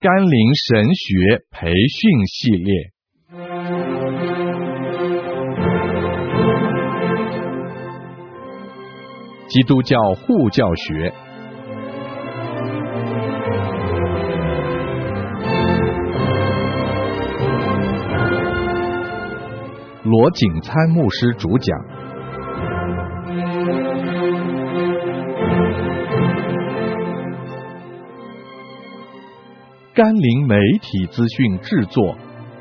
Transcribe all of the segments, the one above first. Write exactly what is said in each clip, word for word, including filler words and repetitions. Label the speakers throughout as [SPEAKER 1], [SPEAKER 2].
[SPEAKER 1] 甘霖神学培训系列。基督教护教学。罗景参牧师主讲。甘霖媒体资讯制作。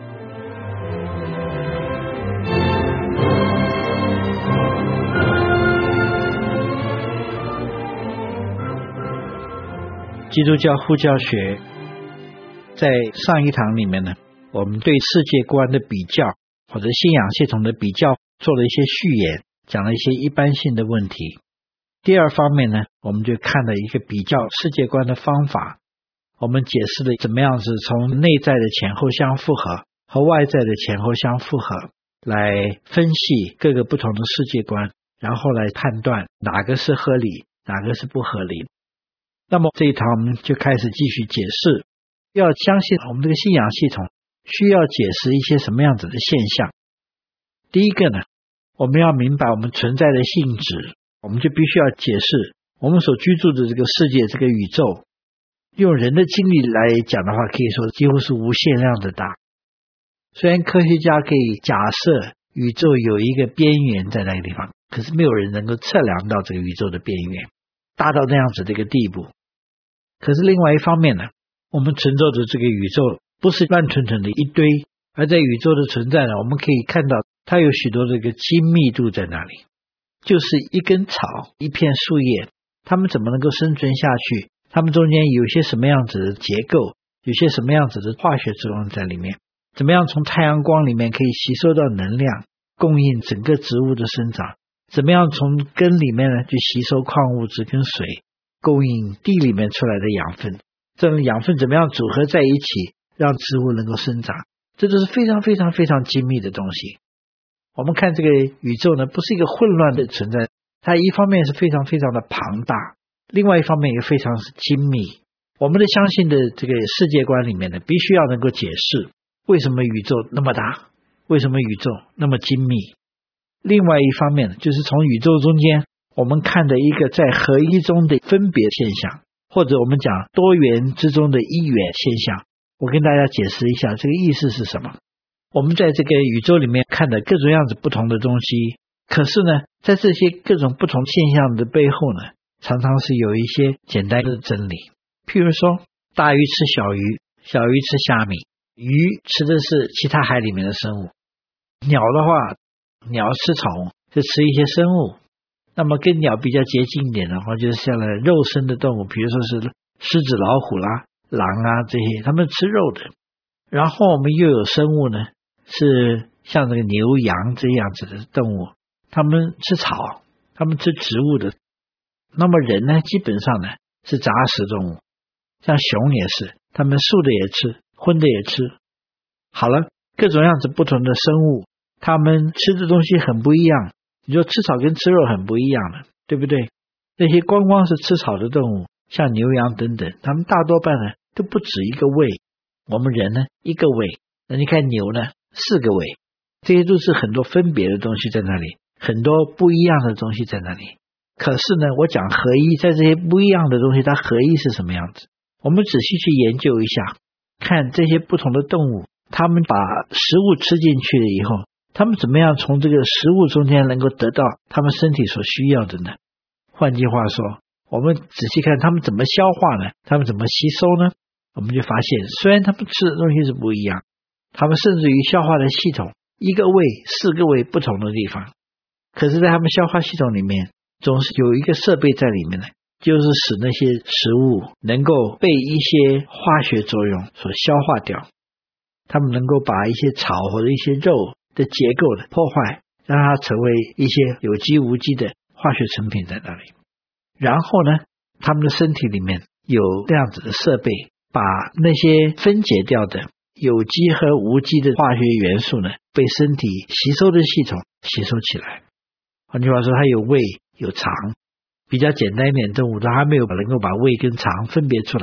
[SPEAKER 2] 基督教护教学在上一堂里面呢，我们对世界观的比较或者信仰系统的比较做了一些序言，讲了一些一般性的问题。第二方面呢，我们就看了一个比较世界观的方法，我们解释了怎么样子从内在的前后相复合和外在的前后相复合来分析各个不同的世界观，然后来判断哪个是合理，哪个是不合理。那么这一堂我们就开始继续解释，要相信我们这个信仰系统需要解释一些什么样子的现象。第一个呢，我们要明白我们存在的性质，我们就必须要解释我们所居住的这个世界，这个宇宙，用人的经历来讲的话，可以说几乎是无限量的大。虽然科学家可以假设宇宙有一个边缘在那个地方，可是没有人能够测量到这个宇宙的边缘，大到那样子的一个地步。可是另外一方面呢，我们存在的这个宇宙不是乱蠢蠢的一堆，而在宇宙的存在呢，我们可以看到它有许多这个精密度在那里，就是一根草，一片树叶，它们怎么能够生存下去，它们中间有些什么样子的结构，有些什么样子的化学作用在里面，怎么样从太阳光里面可以吸收到能量，供应整个植物的生长，怎么样从根里面呢去吸收矿物质跟水，供应地里面出来的养分，这种养分怎么样组合在一起让植物能够生长，这都是非常非常非常精密的东西。我们看这个宇宙呢，不是一个混乱的存在，它一方面是非常非常的庞大，另外一方面也非常是精密。我们的相信的这个世界观里面呢，必须要能够解释为什么宇宙那么大，为什么宇宙那么精密。另外一方面就是从宇宙中间我们看的一个在合一中的分别现象，或者我们讲多元之中的一元现象。我跟大家解释一下这个意思是什么。我们在这个宇宙里面看的各种样子不同的东西，可是呢，在这些各种不同现象的背后呢，常常是有一些简单的真理。譬如说，大鱼吃小鱼，小鱼吃虾米，鱼吃的是其他海里面的生物，鸟的话，鸟吃草就吃一些生物。那么跟鸟比较接近一点的话，就是像肉身的动物，比如说是狮子、老虎啦、狼啊这些，它们吃肉的。然后我们又有生物呢，是像这个牛羊这样子的动物，它们吃草，它们吃植物的。那么人呢，基本上呢是杂食动物，像熊也是，它们素的也吃，荤的也吃。好了，各种样子不同的生物，它们吃的东西很不一样。你说吃草跟吃肉很不一样的，对不对？那些光光是吃草的动物，像牛羊等等，它们大多半呢都不止一个胃。我们人呢一个胃，那你看牛呢四个胃，这些都是很多分别的东西在那里，很多不一样的东西在那里。可是呢，我讲合一，在这些不一样的东西它合一是什么样子，我们仔细去研究一下，看这些不同的动物，它们把食物吃进去了以后，他们怎么样从这个食物中间能够得到他们身体所需要的呢？换句话说，我们仔细看他们怎么消化呢？他们怎么吸收呢？我们就发现，虽然他们吃的东西是不一样，他们甚至于消化的系统，一个胃四个胃不同的地方，可是在他们消化系统里面，总是有一个设备在里面的，就是使那些食物能够被一些化学作用所消化掉。他们能够把一些草或者一些肉的结构的破坏，让它成为一些有机无机的化学成品在那里。然后呢，他们的身体里面有这样子的设备，把那些分解掉的有机和无机的化学元素呢，被身体吸收的系统吸收起来。换句话说，它有胃有肠，比较简单一点动物它还没有能够把胃跟肠分别出来，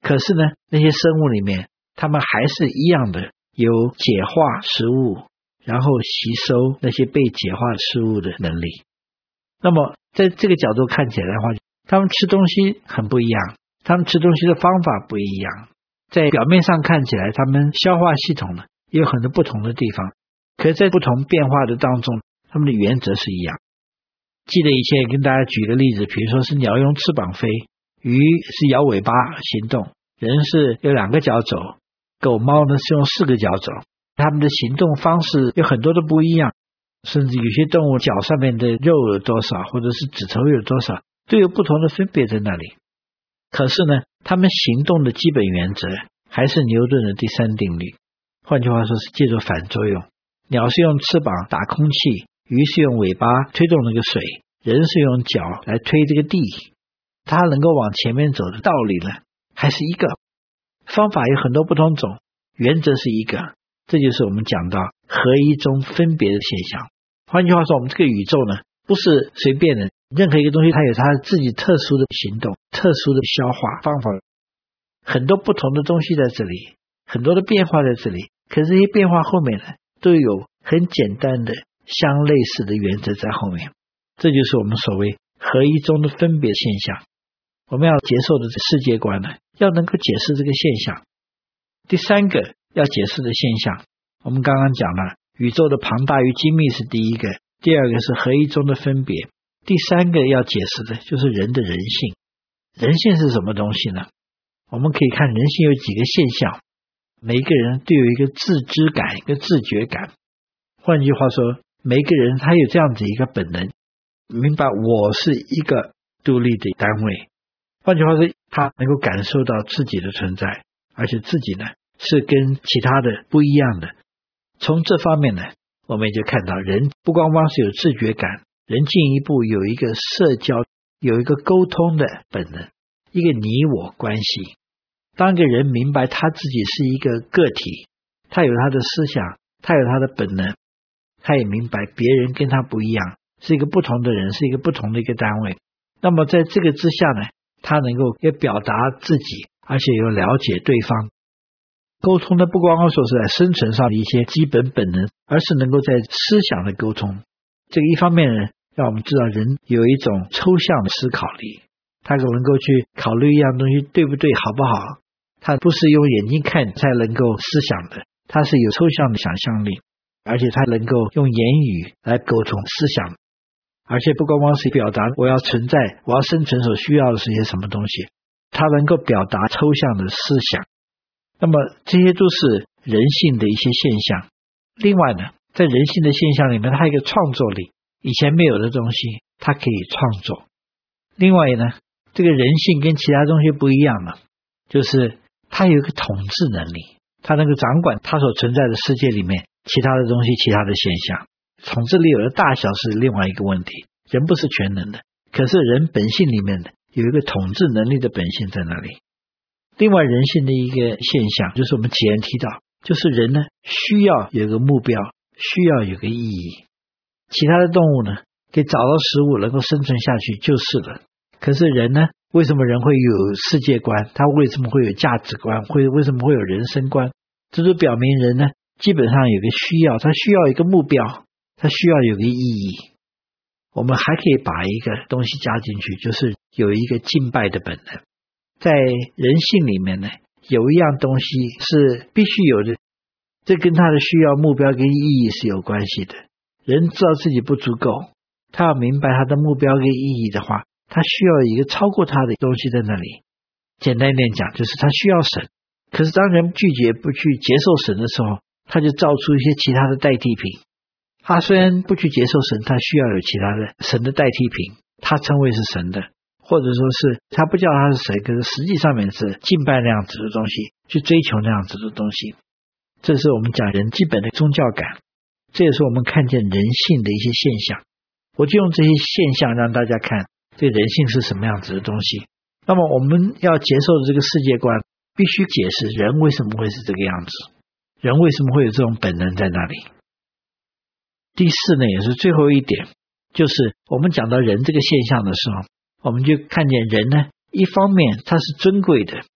[SPEAKER 2] 可是呢，那些生物里面，它们还是一样的有解化食物，然后吸收那些被解化食物的能力。那么在这个角度看起来的话，它们吃东西很不一样，它们吃东西的方法不一样，在表面上看起来它们消化系统呢也有很多不同的地方，可是在不同变化的当中，它们的原则是一样。记得以前跟大家举个例子，比如说是鸟用翅膀飞，鱼是摇尾巴行动，人是有两个脚走，狗猫呢是用四个脚走，它们的行动方式有很多的不一样，甚至有些动物脚上面的肉有多少，或者是指头有多少，都有不同的分别在那里。可是呢，它们行动的基本原则还是牛顿的第三定律，换句话说是借助反作用。鸟是用翅膀打空气，鱼是用尾巴推动那个水，人是用脚来推这个地，它能够往前面走的道理呢还是一个，方法有很多不同种，原则是一个，这就是我们讲到合一中分别的现象。换句话说，我们这个宇宙呢不是随便的，任何一个东西它有它自己特殊的行动，特殊的消化方法，很多不同的东西在这里，很多的变化在这里，可是这些变化后面呢都有很简单的相类似的原则在后面，这就是我们所谓合一中的分别现象。我们要接受的世界观呢，要能够解释这个现象。第三个要解释的现象，我们刚刚讲了宇宙的庞大与精密是第一个，第二个是合一中的分别，第三个要解释的就是人的人性。人性是什么东西呢？我们可以看人性有几个现象，每一个人都有一个自知感，一个自觉感。换句话说，每一个人他有这样子一个本能，明白我是一个独立的单位。换句话说，他能够感受到自己的存在，而且自己呢是跟其他的不一样的。从这方面呢，我们也就看到人不光光是有自觉感，人进一步有一个社交，有一个沟通的本能，一个你我关系。当一个人明白他自己是一个个体，他有他的思想，他有他的本能，他也明白别人跟他不一样，是一个不同的人，是一个不同的一个单位。那么在这个之下呢，他能够也表达自己，而且又了解对方。沟通的不光光说是在生存上的一些基本本能，而是能够在思想的沟通。这个一方面呢，让我们知道人有一种抽象的思考力，他能够去考虑一样东西对不对，好不好，他不是用眼睛看才能够思想的，他是有抽象的想象力，而且他能够用言语来沟通思想，而且不光光是表达我要存在，我要生存所需要的是些什么东西，他能够表达抽象的思想。那么这些都是人性的一些现象。另外呢，在人性的现象里面，它还有一个创作力，以前没有的东西它可以创作。另外呢，这个人性跟其他东西不一样了，就是它有一个统治能力，它能够掌管它所存在的世界里面其他的东西，其他的现象。统治力有的大小是另外一个问题，人不是全能的，可是人本性里面有一个统治能力的本性在那里。另外人性的一个现象，就是我们前提到，就是人呢需要有个目标，需要有个意义。其他的动物呢可以找到食物能够生存下去就是了，可是人呢，为什么人会有世界观，他为什么会有价值观，会为什么会有人生观，这都表明人呢基本上有个需要，他需要一个目标，他需要有个意义。我们还可以把一个东西加进去，就是有一个敬拜的本能。在人性里面呢，有一样东西是必须有的，这跟他的需要、目标跟意义是有关系的。人知道自己不足够，他要明白他的目标跟意义的话，他需要一个超过他的东西在那里。简单一点讲，就是他需要神。可是当人拒绝不去接受神的时候，他就造出一些其他的代替品。他虽然不去接受神，他需要有其他的神的代替品，他称为是神的，或者说是他不叫他是神，可是实际上面是敬拜那样子的东西，去追求那样子的东西。这是我们讲人基本的宗教感，这也是我们看见人性的一些现象。我就用这些现象让大家看这人性是什么样子的东西。那么我们要接受的这个世界观，必须解释人为什么会是这个样子，人为什么会有这种本能在那里。第四呢，也是最后一点，就是我们讲到人这个现象的时候，我们就看见人呢，一方面他是尊贵的，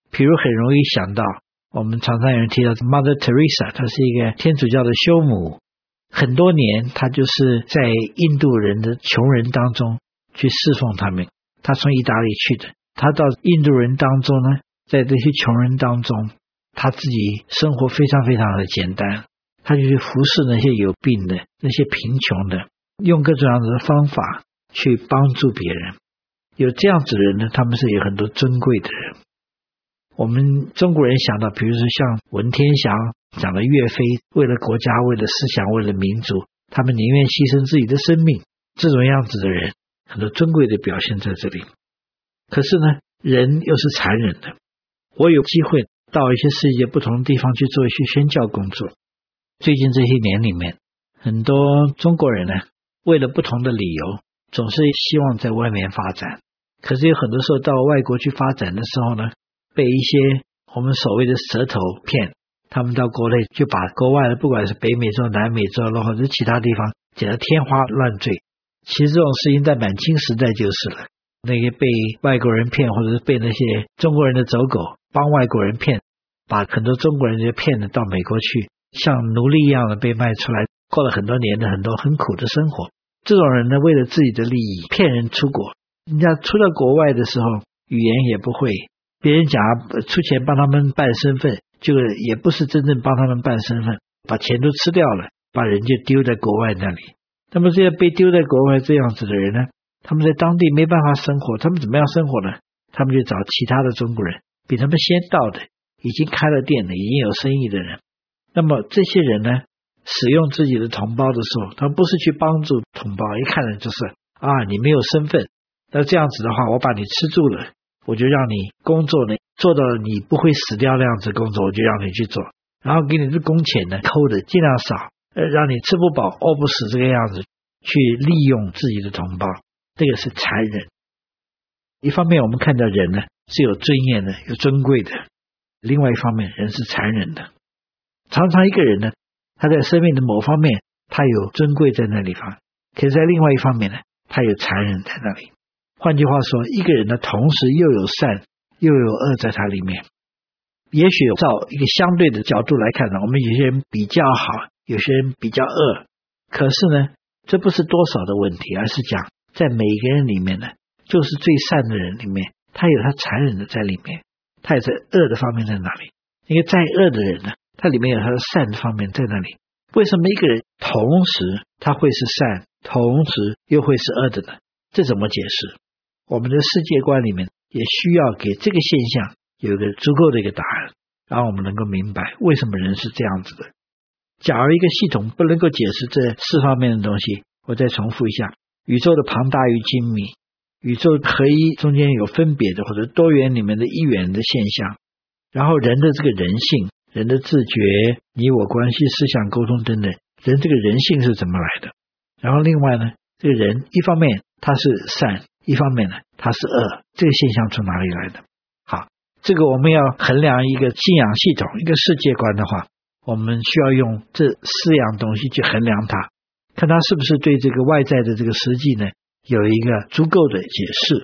[SPEAKER 2] 比如很容易想到，我们常常有人提到 Mother Teresa， 她是一个天主教的修母，很多年她就是在印度人的穷人当中去侍奉他们。她从意大利去的，她到印度人当中呢，在这些穷人当中，她自己生活非常非常的简单，她就去服侍那些有病的，那些贫穷的，用各种各样的方法去帮助别人。有这样子的人呢，他们是有很多尊贵的人。我们中国人想到，比如说像文天祥讲的岳飞，为了国家，为了思想，为了民族，他们宁愿牺牲自己的生命，这种样子的人，很多尊贵的表现在这里。可是呢，人又是残忍的。我有机会到一些世界不同的地方去做一些宣教工作，最近这些年里面，很多中国人呢，为了不同的理由，总是希望在外面发展。可是有很多时候到外国去发展的时候呢，被一些我们所谓的蛇头骗，他们到国内就把国外的不管是北美洲、南美洲或者是其他地方讲得天花乱坠。其实这种事情在满清时代就是了，那些被外国人骗，或者是被那些中国人的走狗帮外国人骗，把很多中国人就骗了到美国去，像奴隶一样的被卖出来，过了很多年的很多很苦的生活。这种人呢，为了自己的利益骗人出国，人家出到国外的时候语言也不会，别人讲出钱帮他们办身份，就也不是真正帮他们办身份，把钱都吃掉了，把人就丢在国外那里。那么这些被丢在国外这样子的人呢，他们在当地没办法生活，他们怎么样生活呢？他们就找其他的中国人，比他们先到的，已经开了店的，已经有生意的人。那么这些人呢，使用自己的同胞的时候，他们不是去帮助同胞，一看呢就是啊，你没有身份，那这样子的话，我把你吃住了，我就让你工作呢，做到你不会死掉那样子工作，我就让你去做，然后给你的工钱呢扣的尽量少，呃，让你吃不饱饿不死这个样子，去利用自己的同胞，这个是残忍。一方面我们看到人呢是有尊严的，有尊贵的，另外一方面人是残忍的。常常一个人呢，他在生命的某方面他有尊贵在那地方，可是在另外一方面呢，他有残忍在那里。换句话说，一个人呢同时又有善又有恶在他里面。也许照一个相对的角度来看呢，我们有些人比较好，有些人比较恶，可是呢这不是多少的问题，而是讲在每个人里面呢，就是最善的人里面，他有他残忍的在里面，他也在恶的方面在哪里。因为再恶的人呢，他里面有他的善的方面在那里。为什么一个人同时他会是善，同时又会是恶的呢？这怎么解释？我们的世界观里面也需要给这个现象有一个足够的一个答案，然后我们能够明白为什么人是这样子的。假如一个系统不能够解释这四方面的东西，我再重复一下，宇宙的庞大与精密，宇宙合一中间有分别的或者多元里面的一元的现象，然后人的这个人性，人的自觉，你我关系，思想沟通等等，人这个人性是怎么来的？然后另外呢，这个人一方面他是善，一方面呢他是恶，这个现象从哪里来的？好，这个我们要衡量一个信仰系统，一个世界观的话，我们需要用这四样东西去衡量它，看它是不是对这个外在的这个实际呢有一个足够的解释。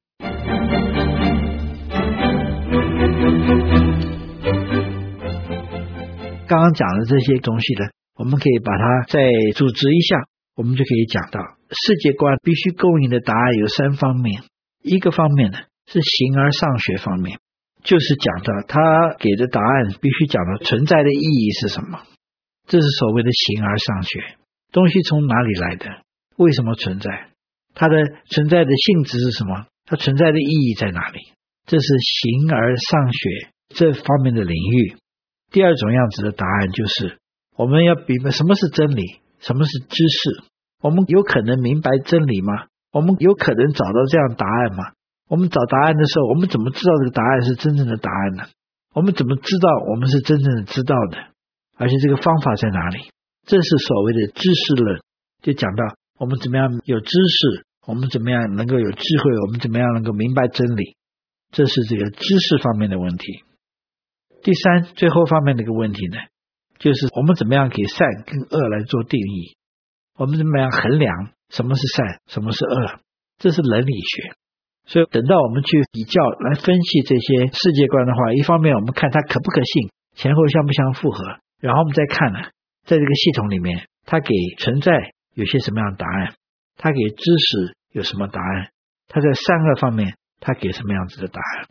[SPEAKER 2] 刚刚讲的这些东西呢，我们可以把它再组织一下，我们就可以讲到世界观必须供应的答案有三方面。一个方面呢是形而上学方面，就是讲到他给的答案必须讲到存在的意义是什么，这是所谓的形而上学。东西从哪里来的？为什么存在？它的存在的性质是什么？它存在的意义在哪里？这是形而上学这方面的领域。第二种样子的答案就是我们要明白什么是真理，什么是知识。我们有可能明白真理吗？我们有可能找到这样答案吗？我们找答案的时候，我们怎么知道这个答案是真正的答案呢？我们怎么知道我们是真正的知道的？而且这个方法在哪里？这是所谓的知识论，就讲到我们怎么样有知识，我们怎么样能够有智慧，我们怎么样能够明白真理，这是这个知识方面的问题。第三，最后方面的一个问题呢，就是我们怎么样给善跟恶来做定义，我们怎么样衡量什么是善，什么是恶，这是伦理学。 所以等到我们去比较来分析这些世界观的话，一方面我们看它可不可信，前后相不相符合，然后我们再看呢，在这个系统里面它给存在有些什么样的答案，它给知识有什么答案，它在善恶方面它给什么样子的答案。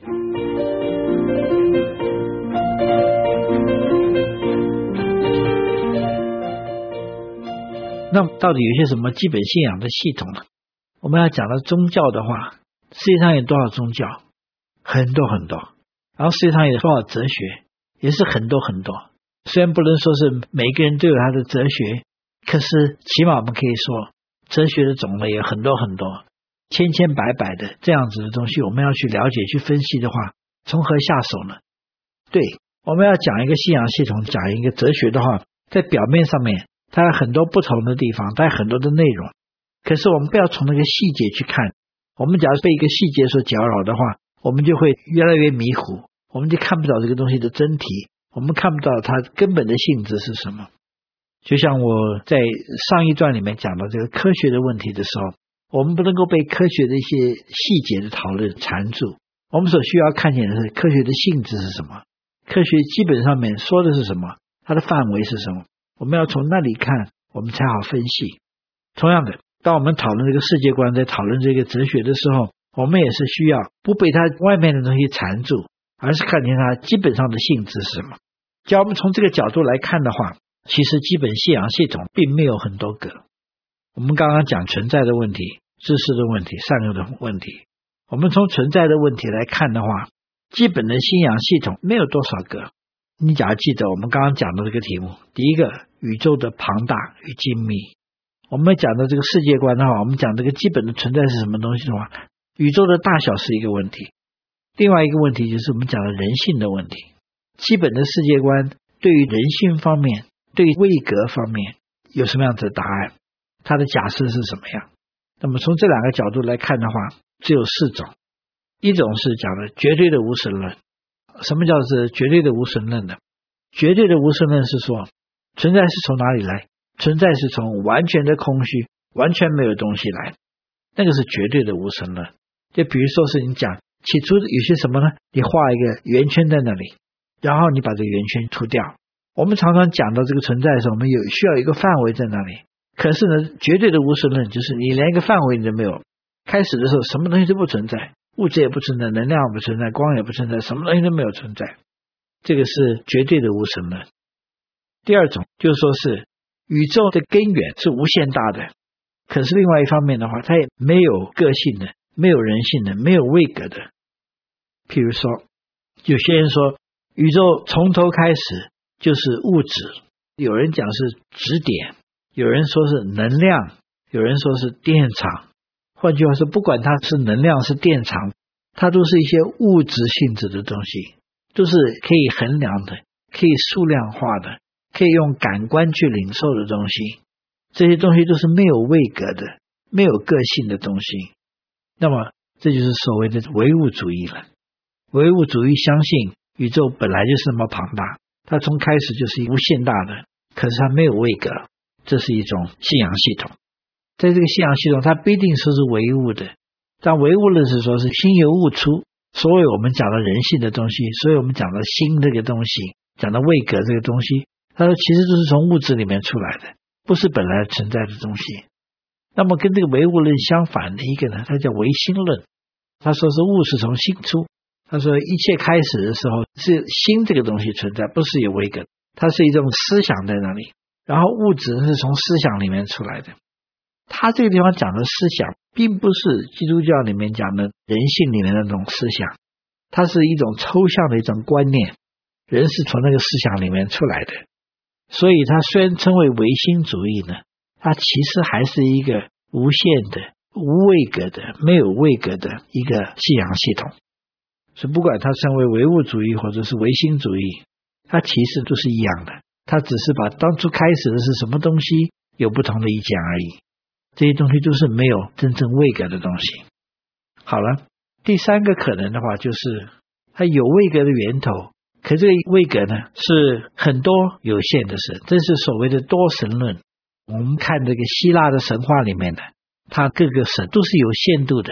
[SPEAKER 2] 那到底有些什么基本信仰的系统呢？我们要讲到宗教的话，世界上有多少宗教？很多很多。然后世界上有多少哲学？也是很多很多。虽然不能说是每个人都有他的哲学，可是起码我们可以说哲学的种类有很多很多，千千百百的这样子的东西，我们要去了解去分析的话，从何下手呢？对，我们要讲一个信仰系统，讲一个哲学的话，在表面上面它有很多不同的地方，它有很多的内容，可是我们不要从那个细节去看。我们假如被一个细节所搅扰的话，我们就会越来越迷糊，我们就看不到这个东西的真题，我们看不到它根本的性质是什么。就像我在上一段里面讲到这个科学的问题的时候，我们不能够被科学的一些细节的讨论缠住，我们所需要看见的是科学的性质是什么，科学基本上面说的是什么，它的范围是什么，我们要从那里看，我们才好分析。同样的，当我们讨论这个世界观，在讨论这个哲学的时候，我们也是需要不被它外面的东西缠住，而是看见它基本上的性质是什么。假如我们从这个角度来看的话，其实基本信仰系统并没有很多个。我们刚刚讲存在的问题，知识的问题，善恶的问题，我们从存在的问题来看的话，基本的信仰系统没有多少个。你假如记得我们刚刚讲的这个题目，第一个宇宙的庞大与精密，我们讲的这个世界观的话，我们讲这个基本的存在是什么东西的话，宇宙的大小是一个问题，另外一个问题就是我们讲的人性的问题。基本的世界观对于人性方面，对于位格方面有什么样子的答案，它的假设是什么样。那么从这两个角度来看的话，只有四种。一种是讲的绝对的无神论。什么叫做绝对的无神论呢？绝对的无神论是说，存在是从哪里来？存在是从完全的空虚，完全没有东西来，那个是绝对的无神论。就比如说是你讲起初有些什么呢？你画一个圆圈在那里，然后你把这个圆圈涂掉。我们常常讲到这个存在的时候，我们有需要一个范围在那里。可是呢，绝对的无神论就是你连一个范围你都没有，开始的时候什么东西都不存在，物质也不存在，能量也不存在，光也不存在，什么东西都没有存在，这个是绝对的无神论。第二种就是说是宇宙的根源是无限大的，可是另外一方面的话，它也没有个性的，没有人性的，没有位格的。譬如说有些人说宇宙从头开始就是物质，有人讲是质点，有人说是能量，有人说是电场。换句话说，不管它是能量是电场，它都是一些物质性质的东西，都是可以衡量的，可以数量化的，可以用感官去领受的东西。这些东西都是没有位格的，没有个性的东西。那么这就是所谓的唯物主义了。唯物主义相信宇宙本来就是那么庞大，它从开始就是无限大的，可是它没有位格，这是一种信仰系统。在这个信仰系统，它不一定说是唯物的，但唯物论是说是心由物出。所有我们讲的人性的东西，所有我们讲的心这个东西，讲的位格这个东西，它说其实都是从物质里面出来的，不是本来存在的东西。那么跟这个唯物论相反的一个呢，它叫唯心论。他说是物是从心出，他说一切开始的时候是心这个东西存在，不是有位格，它是一种思想在那里，然后物质是从思想里面出来的。他这个地方讲的思想并不是基督教里面讲的人性里面的那种思想，它是一种抽象的一种观念，人是从那个思想里面出来的。所以它虽然称为唯心主义呢，它其实还是一个无限的无位格的没有位格的一个信仰系统。所以不管它称为唯物主义或者是唯心主义，它其实都是一样的，它只是把当初开始的是什么东西有不同的意见而已，这些东西都是没有真正位格的东西。好了，第三个可能的话就是它有位格的源头，可这个位格呢是很多有限的神，这是所谓的多神论。我们看这个希腊的神话里面呢，它各个神都是有限度的，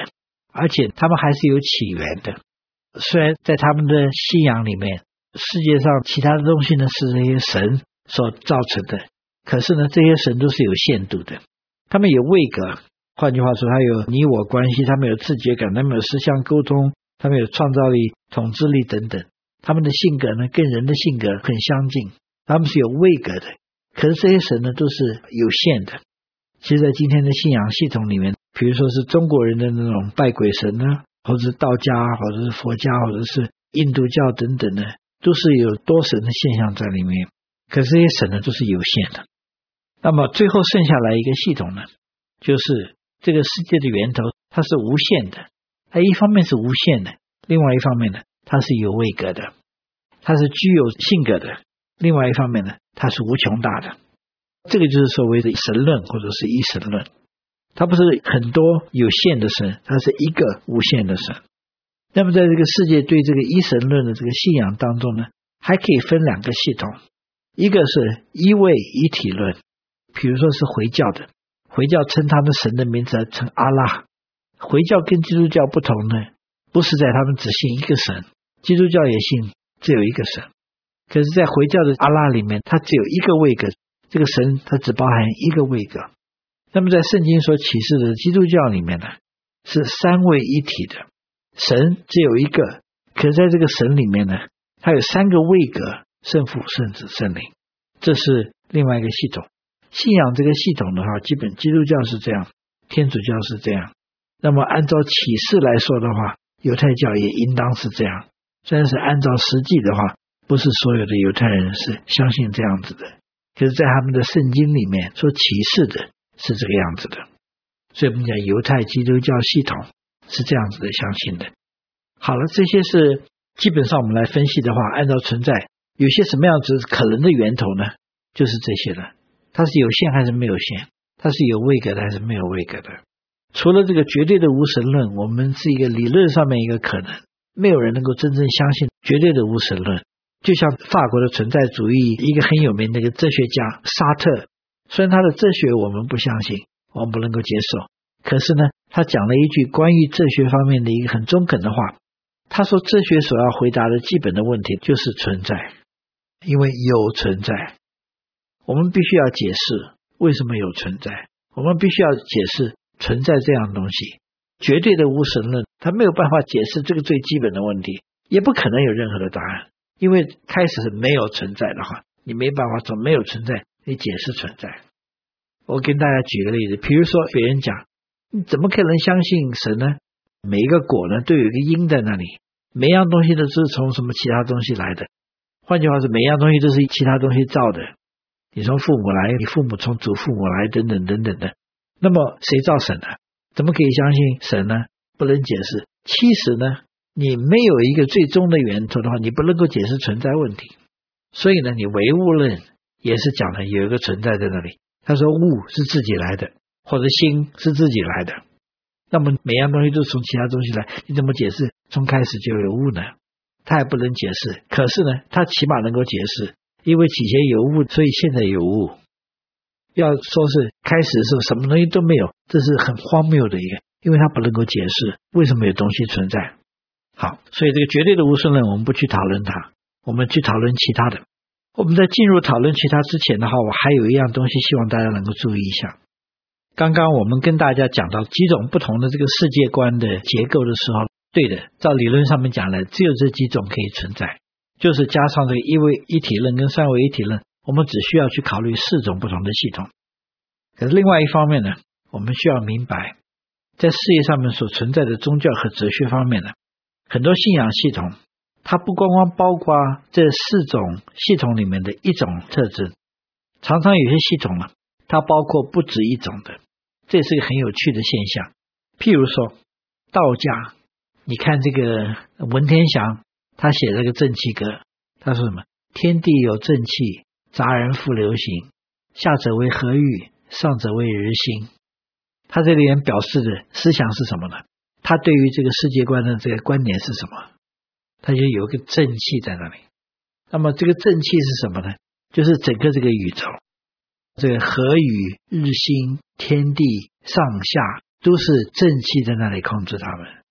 [SPEAKER 2] 而且他们还是有起源的。虽然在他们的信仰里面，世界上其他的东西呢是这些神所造成的，可是呢这些神都是有限度的，他们有位格，换句话说，他有你我关系，他们有自觉感，他们有思想沟通，他们有创造力、统治力等等，他们的性格呢跟人的性格很相近，他们是有位格的。可是这些神呢都是有限的。其实在今天的信仰系统里面，比如说是中国人的那种拜鬼神呢，或者是道家，或者是佛家，或者是印度教等等呢，都是有多神的现象在里面。可是这些神呢都是有限的。那么最后剩下来一个系统呢，就是这个世界的源头它是无限的，它一方面是无限的，另外一方面呢它是有位格的，它是具有性格的，另外一方面呢它是无穷大的。这个就是所谓的神论或者是一神论，它不是很多有限的神，它是一个无限的神。那么在这个世界对这个一神论的这个信仰当中呢，还可以分两个系统，一个是一位一体论，比如说是回教的，回教称他们神的名字称阿拉。回教跟基督教不同呢，不是在他们只信一个神，基督教也信只有一个神，可是在回教的阿拉里面，它只有一个位格，这个神它只包含一个位格。那么在圣经所启示的基督教里面呢，是三位一体的，神只有一个，可是在这个神里面呢，它有三个位格，圣父、圣子、圣灵，这是另外一个系统。信仰这个系统的话，基本基督教是这样，天主教是这样，那么按照启示来说的话，犹太教也应当是这样。虽然是按照实际的话，不是所有的犹太人是相信这样子的，可是在他们的圣经里面所启示的是这个样子的。所以我们讲犹太基督教系统是这样子的相信的。好了，这些是基本上我们来分析的话，按照存在有些什么样子可能的源头呢，就是这些了。它是有限还是没有限，它是有位格的还是没有位格的。除了这个绝对的无神论，我们是一个理论上面一个可能，没有人能够真正相信绝对的无神论。就像法国的存在主义一个很有名的一个哲学家沙特，虽然他的哲学我们不相信，我们不能够接受，可是呢他讲了一句关于哲学方面的一个很中肯的话，他说哲学所要回答的基本的问题就是存在，因为有存在，我们必须要解释为什么有存在，我们必须要解释存在这样的东西。绝对的无神论他没有办法解释这个最基本的问题，也不可能有任何的答案，因为开始是没有存在的话，你没办法从没有存在你解释存在。我跟大家举个例子，比如说别人讲你怎么可能相信神呢？每一个果呢都有一个因在那里，每样东西都是从什么其他东西来的，换句话说每样东西都是其他东西造的，你从父母来，你父母从祖父母来等等等等的，那么谁造神呢？怎么可以相信神呢？不能解释。其实呢你没有一个最终的源头的话，你不能够解释存在问题。所以呢你唯物论也是讲了有一个存在在那里，他说物是自己来的，或者心是自己来的，那么每样东西都是从其他东西来，你怎么解释从开始就有物呢？他也不能解释，可是呢他起码能够解释，因为起先有物，所以现在有物。要说是开始的时候什么东西都没有，这是很荒谬的一个，因为他不能够解释为什么有东西存在。好，所以这个绝对的无神论我们不去讨论它，我们去讨论其他的。我们在进入讨论其他之前的话，我还有一样东西希望大家能够注意一下。刚刚我们跟大家讲到几种不同的这个世界观的结构的时候，对的，照理论上面讲来只有这几种可以存在，就是加上这个一位一体论跟三位一体论，我们只需要去考虑四种不同的系统。可是另外一方面呢，我们需要明白在世界上面所存在的宗教和哲学方面呢，很多信仰系统它不光光包括这四种系统里面的一种特征，常常有些系统呢它包括不止一种的，这是一个很有趣的现象。譬如说道家，你看这个文天祥他写这个正气歌，他说什么？天地有正气，杂人复流行，下者为河域，上者为日星。他这里面表示的思想是什么呢？他对于这个世界观的这个观点是什么？他就有一个正气在那里。那么这个正气是什么呢？就是整个这个宇宙，这个河宇、日星、天地、上下都是正气在那里控制他们。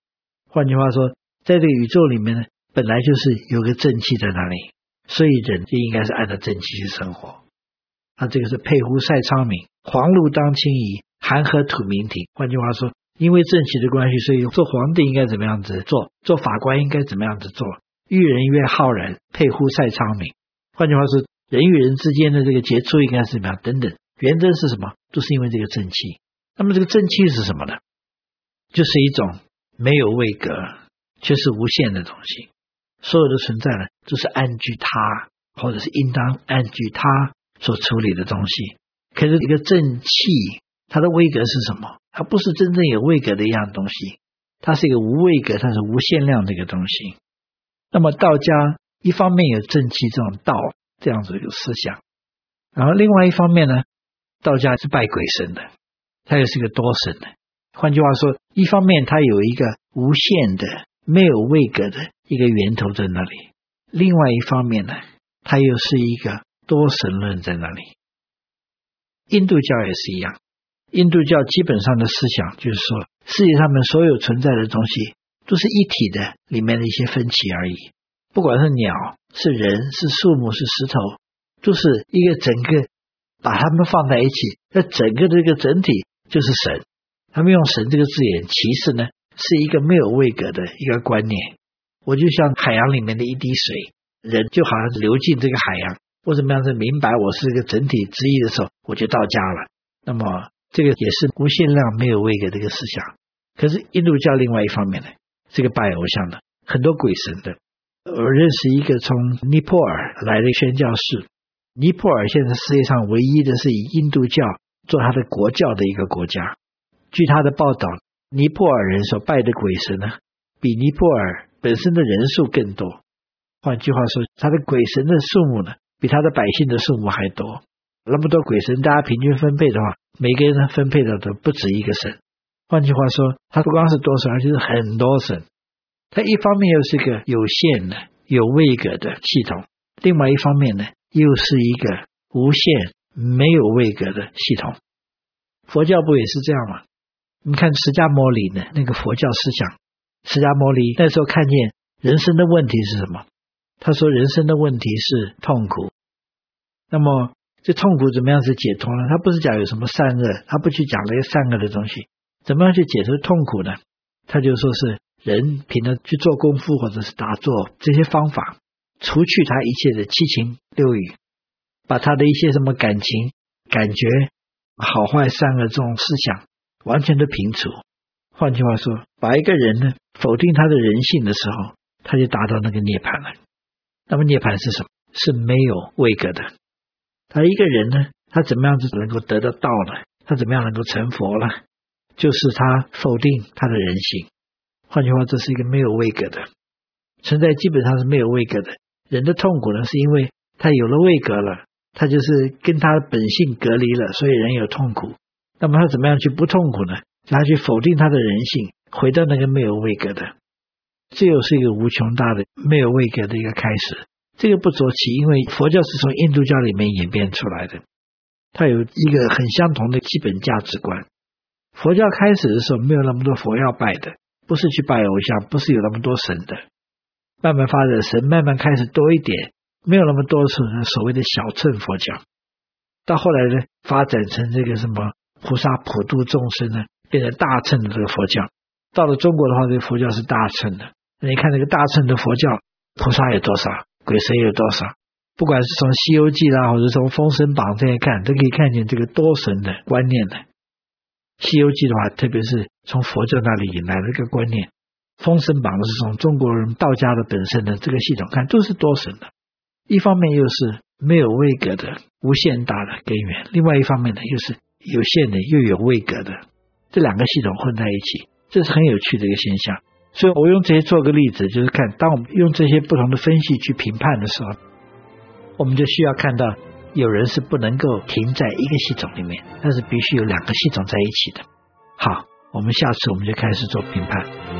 [SPEAKER 2] 换句话说，在这个宇宙里面呢，本来就是有个正气在那里，所以人就应该是按照正气去生活。那这个是沛乎塞昌明，黄露当清夷，寒河土冥庭。换句话说，因为正气的关系，所以做皇帝应该怎么样子做，做法官应该怎么样子做，遇人曰浩然，沛乎塞昌明。换句话说，人与人之间的这个接触应该是怎么样等等，原则是什么，都是因为这个正气。那么这个正气是什么呢？就是一种没有位格却是无限的东西，所有的存在呢都是安居他，或者是应当安居他所处理的东西。可是一个正气它的位格是什么？它不是真正有位格的一样东西，它是一个无位格，它是无限量的一个东西。那么道家一方面有正气这种道这样子一个思想，然后另外一方面呢，道家是拜鬼神的，它也是一个多神的。换句话说，一方面它有一个无限的没有位格的一个源头在那里，另外一方面呢，它又是一个多神论在那里。印度教也是一样，印度教基本上的思想就是说，世界上面所有存在的东西都是一体的里面的一些分歧而已，不管是鸟是人是树木是石头，都是一个整个把它们放在一起，那整个这个整体就是神。他们用神这个字眼，其实呢是一个没有位格的一个观念。我就像海洋里面的一滴水，人就好像流进这个海洋，我怎么样子明白我是一个整体之一的时候，我就到家了。那么这个也是无限量没有位格的一个思想。可是印度教另外一方面呢，这个拜偶像的，很多鬼神的。我认识一个从尼泊尔来的宣教士，尼泊尔现在世界上唯一的是以印度教做他的国教的一个国家。据他的报道，尼泊尔人所拜的鬼神呢，比尼泊尔本身的人数更多。换句话说，他的鬼神的数目呢，比他的百姓的数目还多。那么多鬼神，大家平均分配的话，每个人分配的都不止一个神。换句话说，他不光是多神，而且是很多神。他一方面又是一个有限的有位格的系统，另外一方面呢，又是一个无限没有位格的系统。佛教不也是这样吗？你看释迦牟尼呢，那个佛教思想，释迦牟尼那时候看见人生的问题是什么？他说人生的问题是痛苦。那么这痛苦怎么样是解脱呢？他不是讲有什么善恶，他不去讲那些善恶的东西，怎么样去解脱痛苦呢？他就说是人凭着去做功夫或者是打坐这些方法，除去他一切的七情六欲，把他的一些什么感情感觉好坏善恶这种思想完全的平除。换句话说，把一个人呢否定他的人性的时候，他就达到那个涅槃了。那么涅槃是什么？是没有位格的。他一个人呢，他怎么样子能够得到道呢？他怎么样能够成佛了？就是他否定他的人性。换句话，这是一个没有位格的存在，基本上是没有位格的。人的痛苦呢，是因为他有了位格了，他就是跟他本性隔离了，所以人有痛苦。那么他怎么样去不痛苦呢？他去否定他的人性，回到那个没有位格的。这又是一个无穷大的没有位格的一个开始。这个不着奇，因为佛教是从印度教里面演变出来的，它有一个很相同的基本价值观。佛教开始的时候没有那么多佛要拜的，不是去拜偶像，不是有那么多神的。慢慢发展，神慢慢开始多一点，没有那么多所谓的小乘佛教。到后来呢，发展成这个什么菩萨普度众生呢，变成大乘的这个佛教。到了中国的话，这个佛教是大乘的。你看这个大乘的佛教，菩萨有多少，鬼神有多少，不管是从西游记啦，或者从封神榜这些看，都可以看见这个多神的观念的。西游记的话，特别是从佛教那里引来的一个观念，封神榜是从中国人道家的本身的这个系统看，都是多神的。一方面又是没有位格的无限大的根源，另外一方面呢，又是有限的又有位格的，这两个系统混在一起，这是很有趣的一个现象。所以我用这些做个例子，就是看当我们用这些不同的分析去评判的时候，我们就需要看到有人是不能够停在一个系统里面，但是必须有两个系统在一起的。好，我们下次我们就开始做评判。